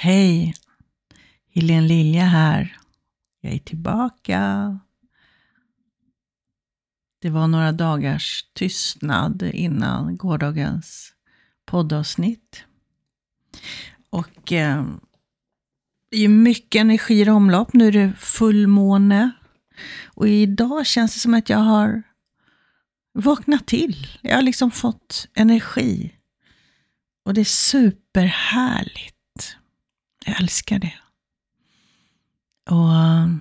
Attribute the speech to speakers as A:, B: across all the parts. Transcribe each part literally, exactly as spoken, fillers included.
A: Hej, Helene Lilja här. Jag är tillbaka. Det var några dagars tystnad innan gårdagens poddavsnitt. Och eh, det är mycket energi i omlopp. Nu är det fullmåne. Och idag känns det som att jag har vaknat till. Jag har liksom fått energi. Och det är superhärligt. Jag älskar det. Och uh,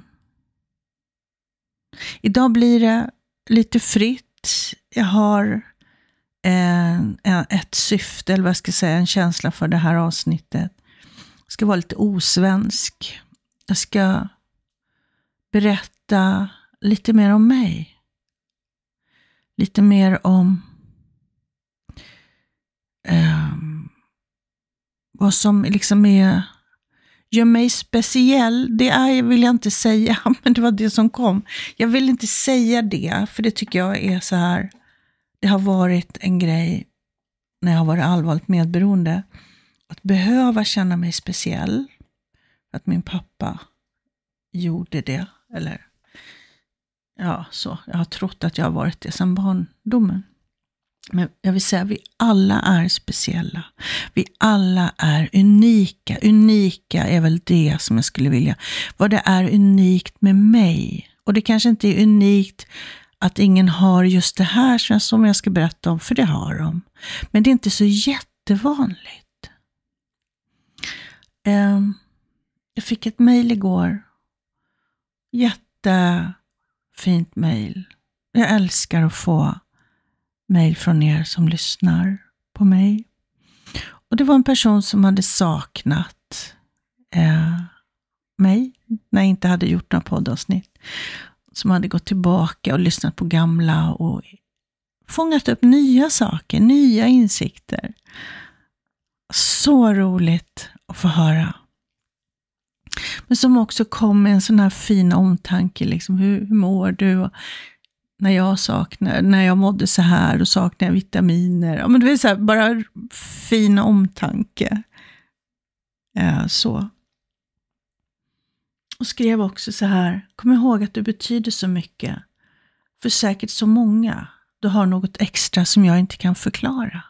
A: idag blir det lite fritt. Jag har eh, ett syfte, eller vad jag ska säga, en känsla för det här avsnittet. Jag ska vara lite osvensk. Jag ska berätta lite mer om mig. Lite mer om eh, vad som liksom är gör mig speciell. Det är, vill jag inte säga, men det var det som kom. Jag vill inte säga det, för det tycker jag är så här. Det har varit en grej när jag har varit allvarligt medberoende. Att behöva känna mig speciell. Att min pappa gjorde det. Eller ja, så. Jag har trott att jag har varit det sedan barndomen. Men jag vill säga att vi alla är speciella. Vi alla är unika. Unika är väl det som jag skulle vilja. Vad det är unikt med mig. Och det kanske inte är unikt att ingen har just det här som jag ska berätta om. För det har de. Men det är inte så jättevanligt. Um, jag fick ett mejl igår. Jättefint mejl. Jag älskar att få mejl från er som lyssnar på mig. Och det var en person som hade saknat eh, mig när jag inte hade gjort några poddavsnitt. Som hade gått tillbaka och lyssnat på gamla och fångat upp nya saker, nya insikter. Så roligt att få höra. Men som också kom med en sån här fin omtanke. Liksom, hur, hur mår du? Och när jag saknar, när jag mådde så här, då saknar jag vitaminer. Ja, men det är så här, bara fin omtanke. Ja, så. Och skrev också så här: kom ihåg att du betyder så mycket. För säkert så många. Du har något extra som jag inte kan förklara.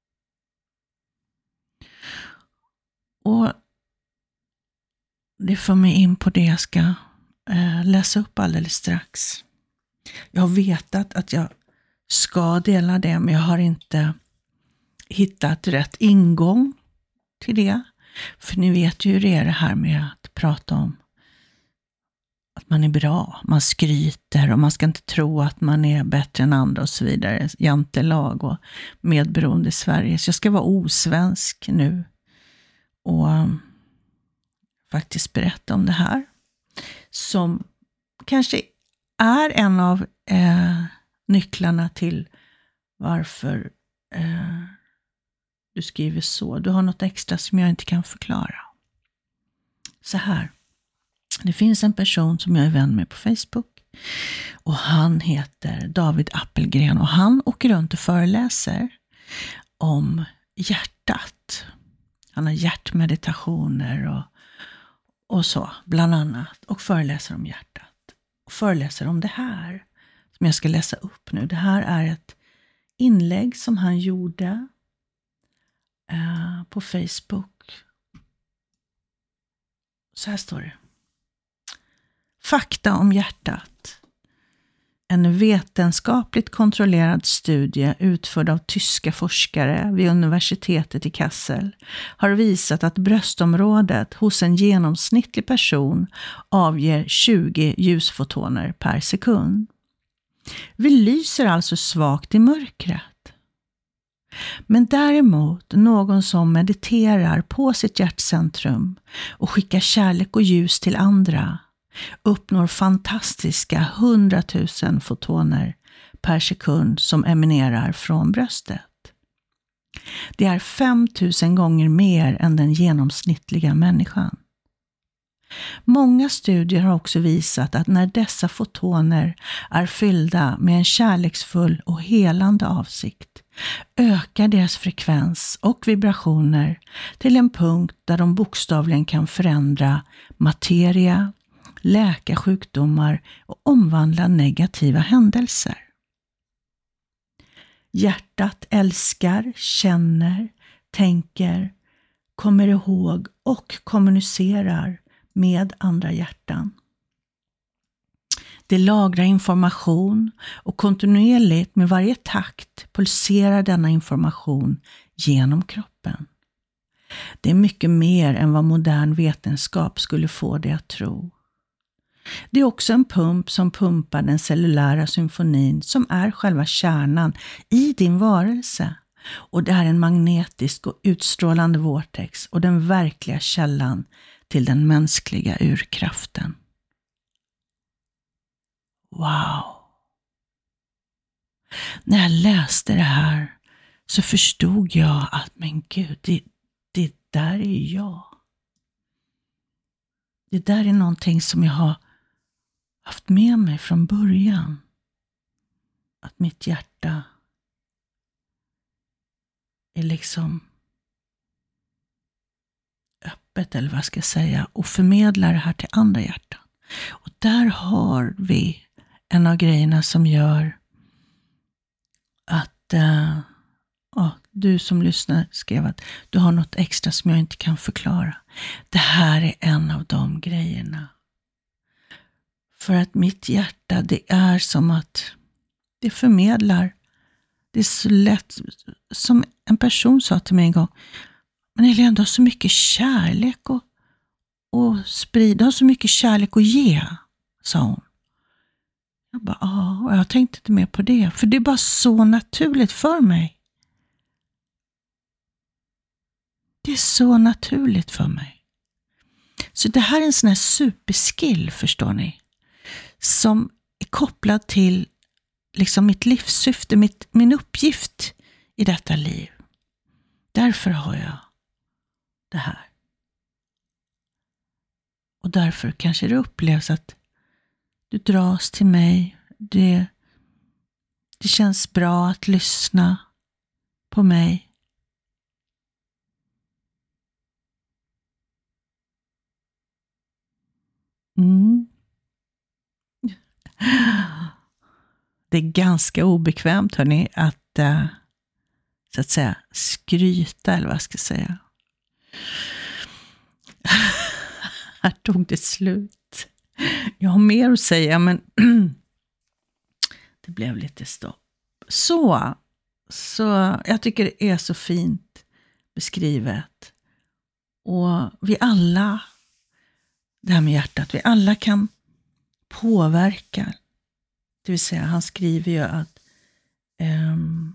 A: Och det får mig in på det jag ska eh, läsa upp alldeles strax. Jag har vetat att jag ska dela det, men jag har inte hittat rätt ingång till det. För ni vet ju hur det är det här med att prata om att man är bra. Man skryter och man ska inte tro att man är bättre än andra och så vidare. Jantelag och medberoende i Sverige. Så jag ska vara osvensk nu och um, faktiskt berätta om det här. Som kanske är en av eh, nycklarna till varför eh, du skriver så. Du har något extra som jag inte kan förklara. Så här. Det finns en person som jag är vän med på Facebook. Och han heter David Appelgren. Och han åker runt och föreläser om hjärtat. Han har hjärtmeditationer och, och så, bland annat. Och föreläser om hjärtat. Och föreläser om det här som jag ska läsa upp nu. Det här är ett inlägg som han gjorde eh, på Facebook. Så här står det. Fakta om hjärtat. En vetenskapligt kontrollerad studie utförd av tyska forskare vid universitetet i Kassel har visat att bröstområdet hos en genomsnittlig person avger tjugo ljusfotoner per sekund. Vi lyser alltså svagt i mörkret. Men däremot någon som mediterar på sitt hjärtcentrum och skickar kärlek och ljus till andra uppnår fantastiska hundratusen fotoner per sekund som eminerar från bröstet. Det är femtusen gånger mer än den genomsnittliga människan. Många studier har också visat att när dessa fotoner är fyllda med en kärleksfull och helande avsikt ökar deras frekvens och vibrationer till en punkt där de bokstavligen kan förändra materia, läka sjukdomar och omvandla negativa händelser. Hjärtat älskar, känner, tänker, kommer ihåg och kommunicerar med andra hjärtan. Det lagrar information och kontinuerligt med varje takt pulserar denna information genom kroppen. Det är mycket mer än vad modern vetenskap skulle få det att tro. Det är också en pump som pumpar den cellulära symfonin som är själva kärnan i din varelse. Och det är en magnetisk och utstrålande vortex och den verkliga källan till den mänskliga urkraften. Wow! När jag läste det här så förstod jag att men gud, det, det där är jag. Det där är någonting som jag har haft med mig från början. Att mitt hjärta är liksom öppet, eller vad ska jag säga, och förmedlar det här till andra hjärtan. Och där har vi en av grejerna som gör att uh, oh, du som lyssnar skrev att du har något extra som jag inte kan förklara. Det här är en av de grejerna. För att mitt hjärta, det är som att det förmedlar. Det är så lätt, som en person sa till mig en gång, men Helene, du har så mycket kärlek och, och sprida, har så mycket kärlek att ge, sa hon. Jag bara, ja, och jag tänkte inte mer på det, för det är bara så naturligt för mig. Det är så naturligt för mig. Så det här är en sån här superskill, förstår ni, som är kopplad till liksom mitt livssyfte, mitt, min uppgift i detta liv. Därför har jag det här. Och därför kanske det upplevs att du dras till mig. Det, det känns bra att lyssna på mig. Mm. Det är ganska obekvämt, hörni, att uh, så att säga skryta, eller vad jag ska säga. Här tog det slut. Jag har mer att säga, men det blev lite stopp. Så, så jag tycker det är så fint beskrivet. Och vi alla, det här med hjärtat, vi alla kan påverka. Det vill säga, han skriver ju att um,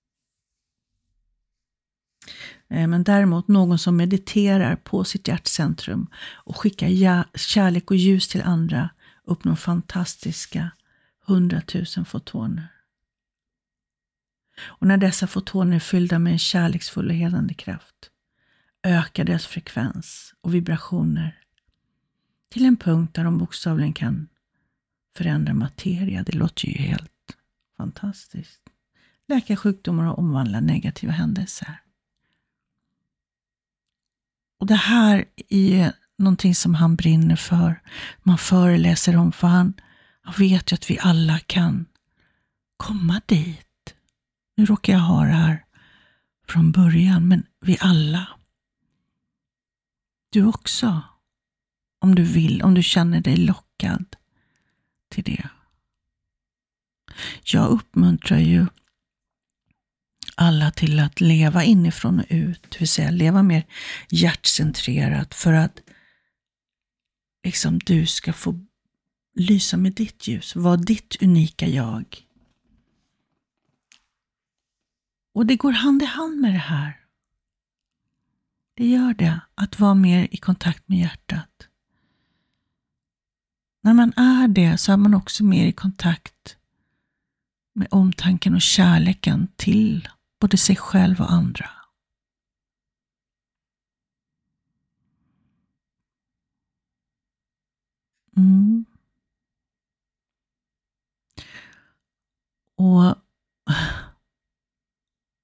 A: men däremot någon som mediterar på sitt hjärtcentrum och skickar ja, kärlek och ljus till andra uppnår fantastiska hundratusen fotoner. Och när dessa fotoner är fyllda med en kärleksfull och helande kraft ökar deras frekvens och vibrationer till en punkt där de bokstavligen kan förändra materia. Det låter ju helt fantastiskt. Läka sjukdomar och omvandla negativa händelser. Och det här är någonting som han brinner för. Man föreläser om, för han, han vet ju att vi alla kan komma dit. Nu råkar jag ha det här från början, men vi alla. Du också. Om du vill, om du känner dig lockad till det. Jag uppmuntrar ju alla till att leva inifrån och ut, det vill säga leva mer hjärtcentrerat, för att liksom du ska få lysa med ditt ljus, vara ditt unika jag. Och det går hand i hand med det här. Det gör det, att vara mer i kontakt med hjärtat. När man är det så är man också mer i kontakt med omtanken och kärleken till både sig själv och andra. Mm. Och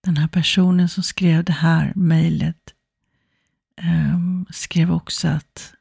A: Den här personen som skrev det här mejlet eh, skrev också att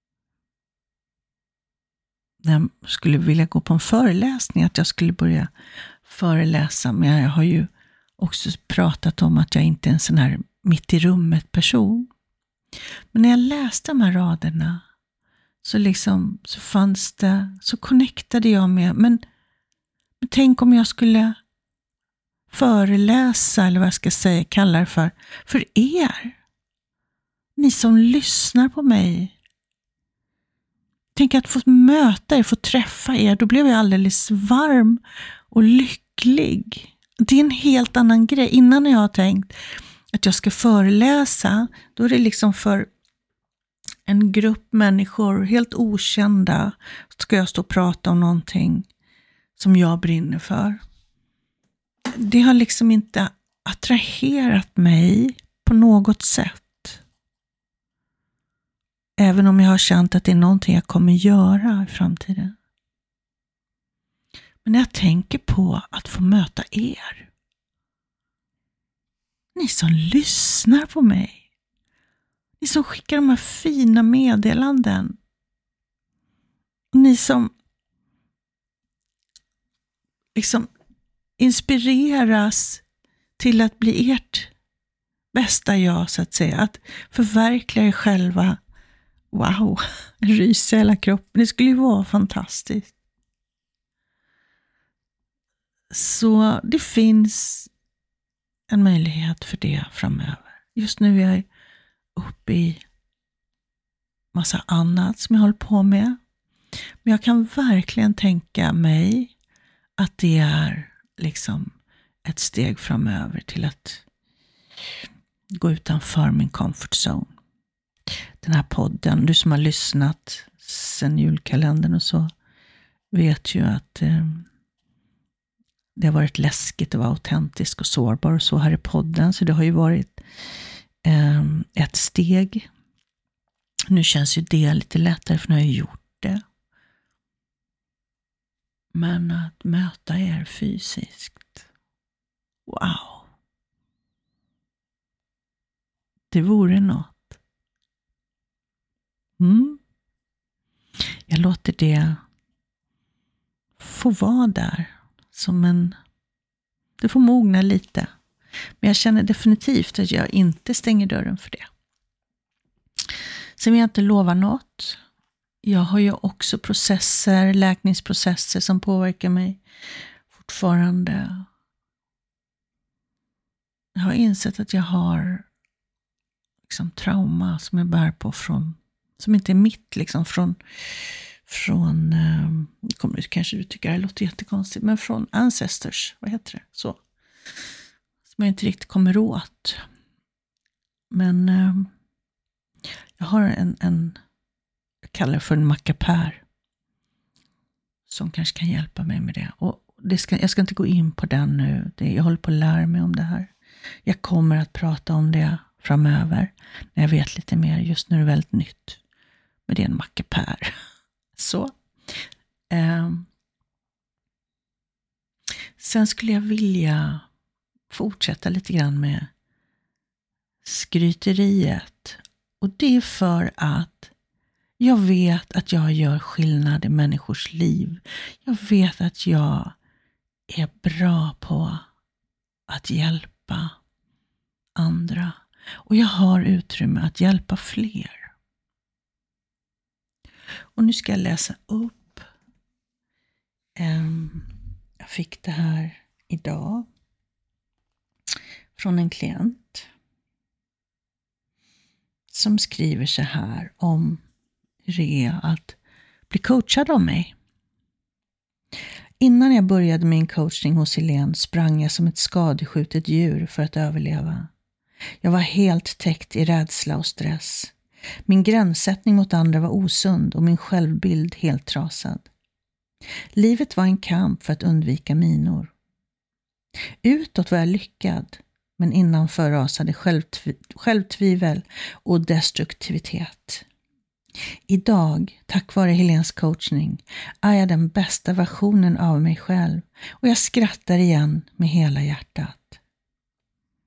A: jag skulle vilja gå på en föreläsning, att jag skulle börja föreläsa, men jag har ju också pratat om att jag inte är en sån här mitt i rummet person. Men när jag läste de här raderna så liksom så fanns det, så connectade jag med, men, men tänk om jag skulle föreläsa, eller vad jag ska säga, kalla det för, för er. Ni som lyssnar på mig. Tänk att få möta er, få träffa er, då blev jag alldeles varm och lycklig. Det är en helt annan grej. Innan jag har tänkt att jag ska föreläsa, då är det liksom för en grupp människor, helt okända, ska jag stå och prata om någonting som jag brinner för. Det har liksom inte attraherat mig på något sätt. Även om jag har känt att det är någonting jag kommer göra i framtiden. Men när jag tänker på att få möta er, ni som lyssnar på mig, ni som skickar de här fina meddelanden, ni som liksom inspireras till att bli ert bästa jag, så att säga. Att förverkliga er själva. Wow, ryser hela kroppen. Det skulle ju vara fantastiskt. Så det finns en möjlighet för det framöver. Just nu är jag uppe i massa annat som jag håller på med. Men jag kan verkligen tänka mig att det är liksom ett steg framöver till att gå utanför min comfort zone. Den här podden, du som har lyssnat sen julkalendern och så, vet ju att eh, det har varit läskigt att vara autentisk och sårbar och så här i podden. Så det har ju varit eh, ett steg. Nu känns ju det lite lättare, för nu har jag gjort det. Men att möta er fysiskt, wow. Det vore något. Mm. Jag låter det få vara där som en, det får mogna lite. Men jag känner definitivt att jag inte stänger dörren för det. Sen vill jag inte lova något. Jag har ju också processer, läkningsprocesser som påverkar mig fortfarande. Jag har insett att jag har liksom trauma som jag bär på från, som inte är mitt liksom, från från eh, kommer du kanske du tycker det låter jättekonstigt, men från ancestors, vad heter det? Så. Som jag inte riktigt kommer åt. Men eh, jag har en, en jag kallar det för en mackapär som kanske kan hjälpa mig med det. Och det ska, jag ska inte gå in på den nu. Det, jag håller på att lära mig om det här. Jag kommer att prata om det framöver när jag vet lite mer. Just nu är det väldigt nytt. Men det är en mackapär. Så. Eh, sen skulle jag vilja fortsätta lite grann med skryteriet. Och det är för att jag vet att jag gör skillnad i människors liv. Jag vet att jag är bra på att hjälpa andra. Och jag har utrymme att hjälpa fler. Och nu ska jag läsa upp. Um, jag fick det här idag från en klient som skriver så här om hur det är att bli coachad av mig. Innan jag började min coachning hos Helene sprang jag som ett skadeskjutet djur för att överleva. Jag var helt täckt i rädsla och stress. Min gränssättning mot andra var osund och min självbild helt trasad. Livet var en kamp för att undvika minor. Utåt var jag lyckad, men innanför rasade självtv- självtvivel och destruktivitet. Idag, tack vare Helens coachning, är jag den bästa versionen av mig själv och jag skrattar igen med hela hjärtat.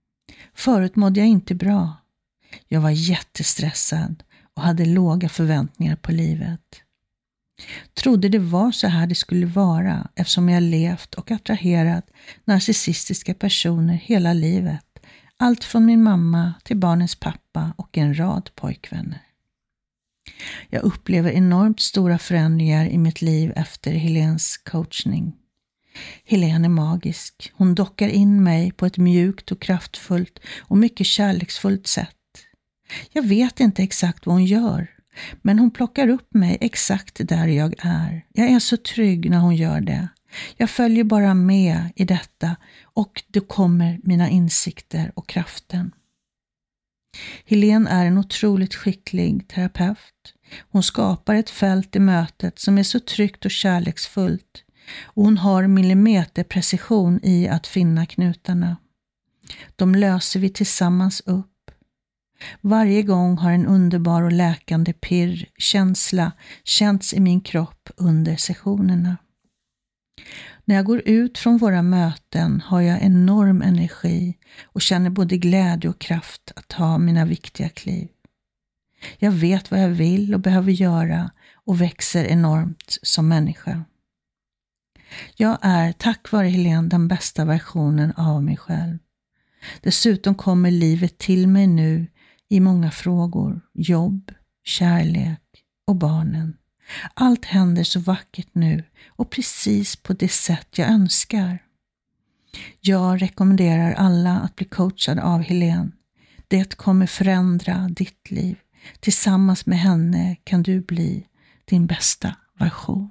A: Förut mådde jag inte bra. Jag var jättestressad och hade låga förväntningar på livet. Trodde det var så här det skulle vara eftersom jag levt och attraherat narcissistiska personer hela livet. Allt från min mamma till barnens pappa och en rad pojkvänner. Jag upplever enormt stora förändringar i mitt liv efter Helens coachning. Helen är magisk. Hon dockar in mig på ett mjukt och kraftfullt och mycket kärleksfullt sätt. Jag vet inte exakt vad hon gör, men hon plockar upp mig exakt där jag är. Jag är så trygg när hon gör det. Jag följer bara med i detta och då kommer mina insikter och kraften. Helen är en otroligt skicklig terapeut. Hon skapar ett fält i mötet som är så tryggt och kärleksfullt. Och hon har millimeterprecision i att finna knutarna. De löser vi tillsammans upp. Varje gång har en underbar och läkande pirr, känsla känts i min kropp under sessionerna. När jag går ut från våra möten har jag enorm energi och känner både glädje och kraft att ta mina viktiga kliv. Jag vet vad jag vill och behöver göra och växer enormt som människa. Jag är tack vare Helen den bästa versionen av mig själv. Dessutom kommer livet till mig nu i många frågor, jobb, kärlek och barnen. Allt händer så vackert nu och precis på det sätt jag önskar. Jag rekommenderar alla att bli coachade av Helen. Det kommer förändra ditt liv. Tillsammans med henne kan du bli din bästa version.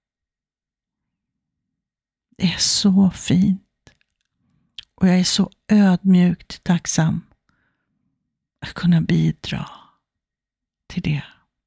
A: Det är så fint. Och jag är så ödmjukt tacksam att kunna bidra till det.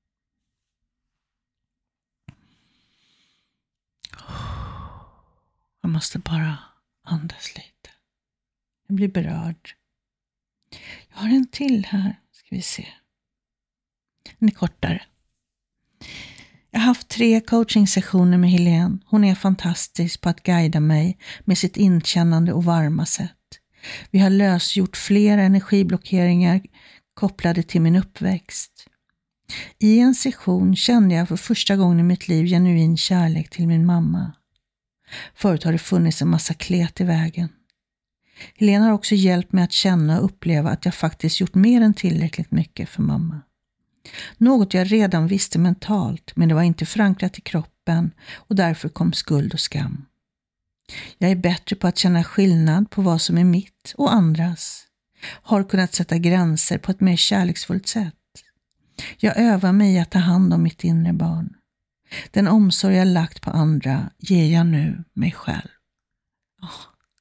A: Jag måste bara andas lite. Jag blir berörd. Jag har en till här. Ska vi se. Den är kortare. Jag har haft tre coachingsessioner med Helen. Hon är fantastisk på att guida mig med sitt inkännande och varma sätt. Vi har lösgjort flera energiblockeringar kopplade till min uppväxt. I en session kände jag för första gången i mitt liv genuin kärlek till min mamma. Förut har det funnits en massa klet i vägen. Helen har också hjälpt mig att känna och uppleva att jag faktiskt gjort mer än tillräckligt mycket för mamma. Något jag redan visste mentalt, men det var inte förankrat i kroppen och därför kom skuld och skam. Jag är bättre på att känna skillnad på vad som är mitt och andras. Har kunnat sätta gränser på ett mer kärleksfullt sätt. Jag övar mig i att ta hand om mitt inre barn. Den omsorg jag lagt på andra ger jag nu mig själv. Oh.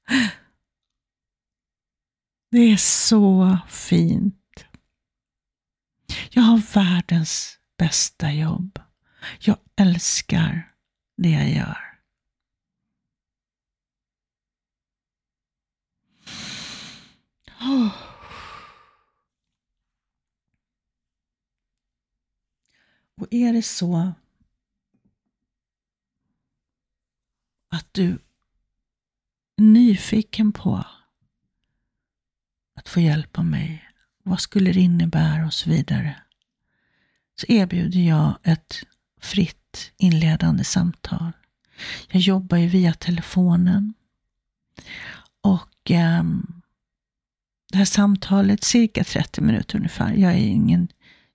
A: Det är så fint. Jag har världens bästa jobb. Jag älskar det jag gör. Oh. Och är det så att du är nyfiken på att få hjälp av mig, vad skulle det innebära och så vidare, så erbjuder jag ett fritt inledande samtal. Jag jobbar ju via telefonen och eh, det här samtalet cirka trettio minuter ungefär. Jag är ingen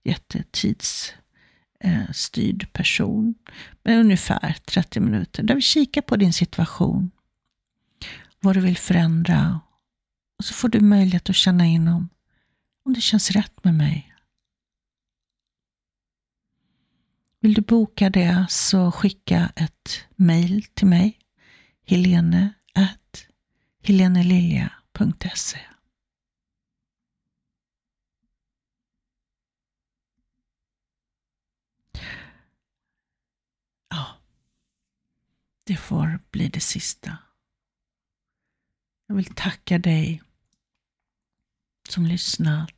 A: jättetidsstyrd person, men ungefär trettio minuter där vi kikar på din situation, vad du vill förändra, och så får du möjlighet att känna in om, om det känns rätt med mig. Vill du boka det så skicka ett mejl till mig, helene at helenelilja punkt se. Ja, det får bli det sista. Jag vill tacka dig som lyssnat.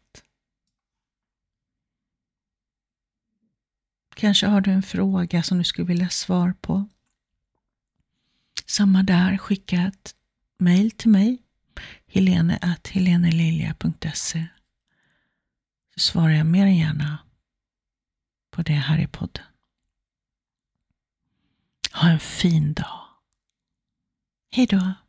A: Kanske har du en fråga som du skulle vilja svar på. Samma där, skicka ett mejl till mig. helene at helenelilja punkt se, så svarar jag mer än gärna på det här i podden. Ha en fin dag. Hej då!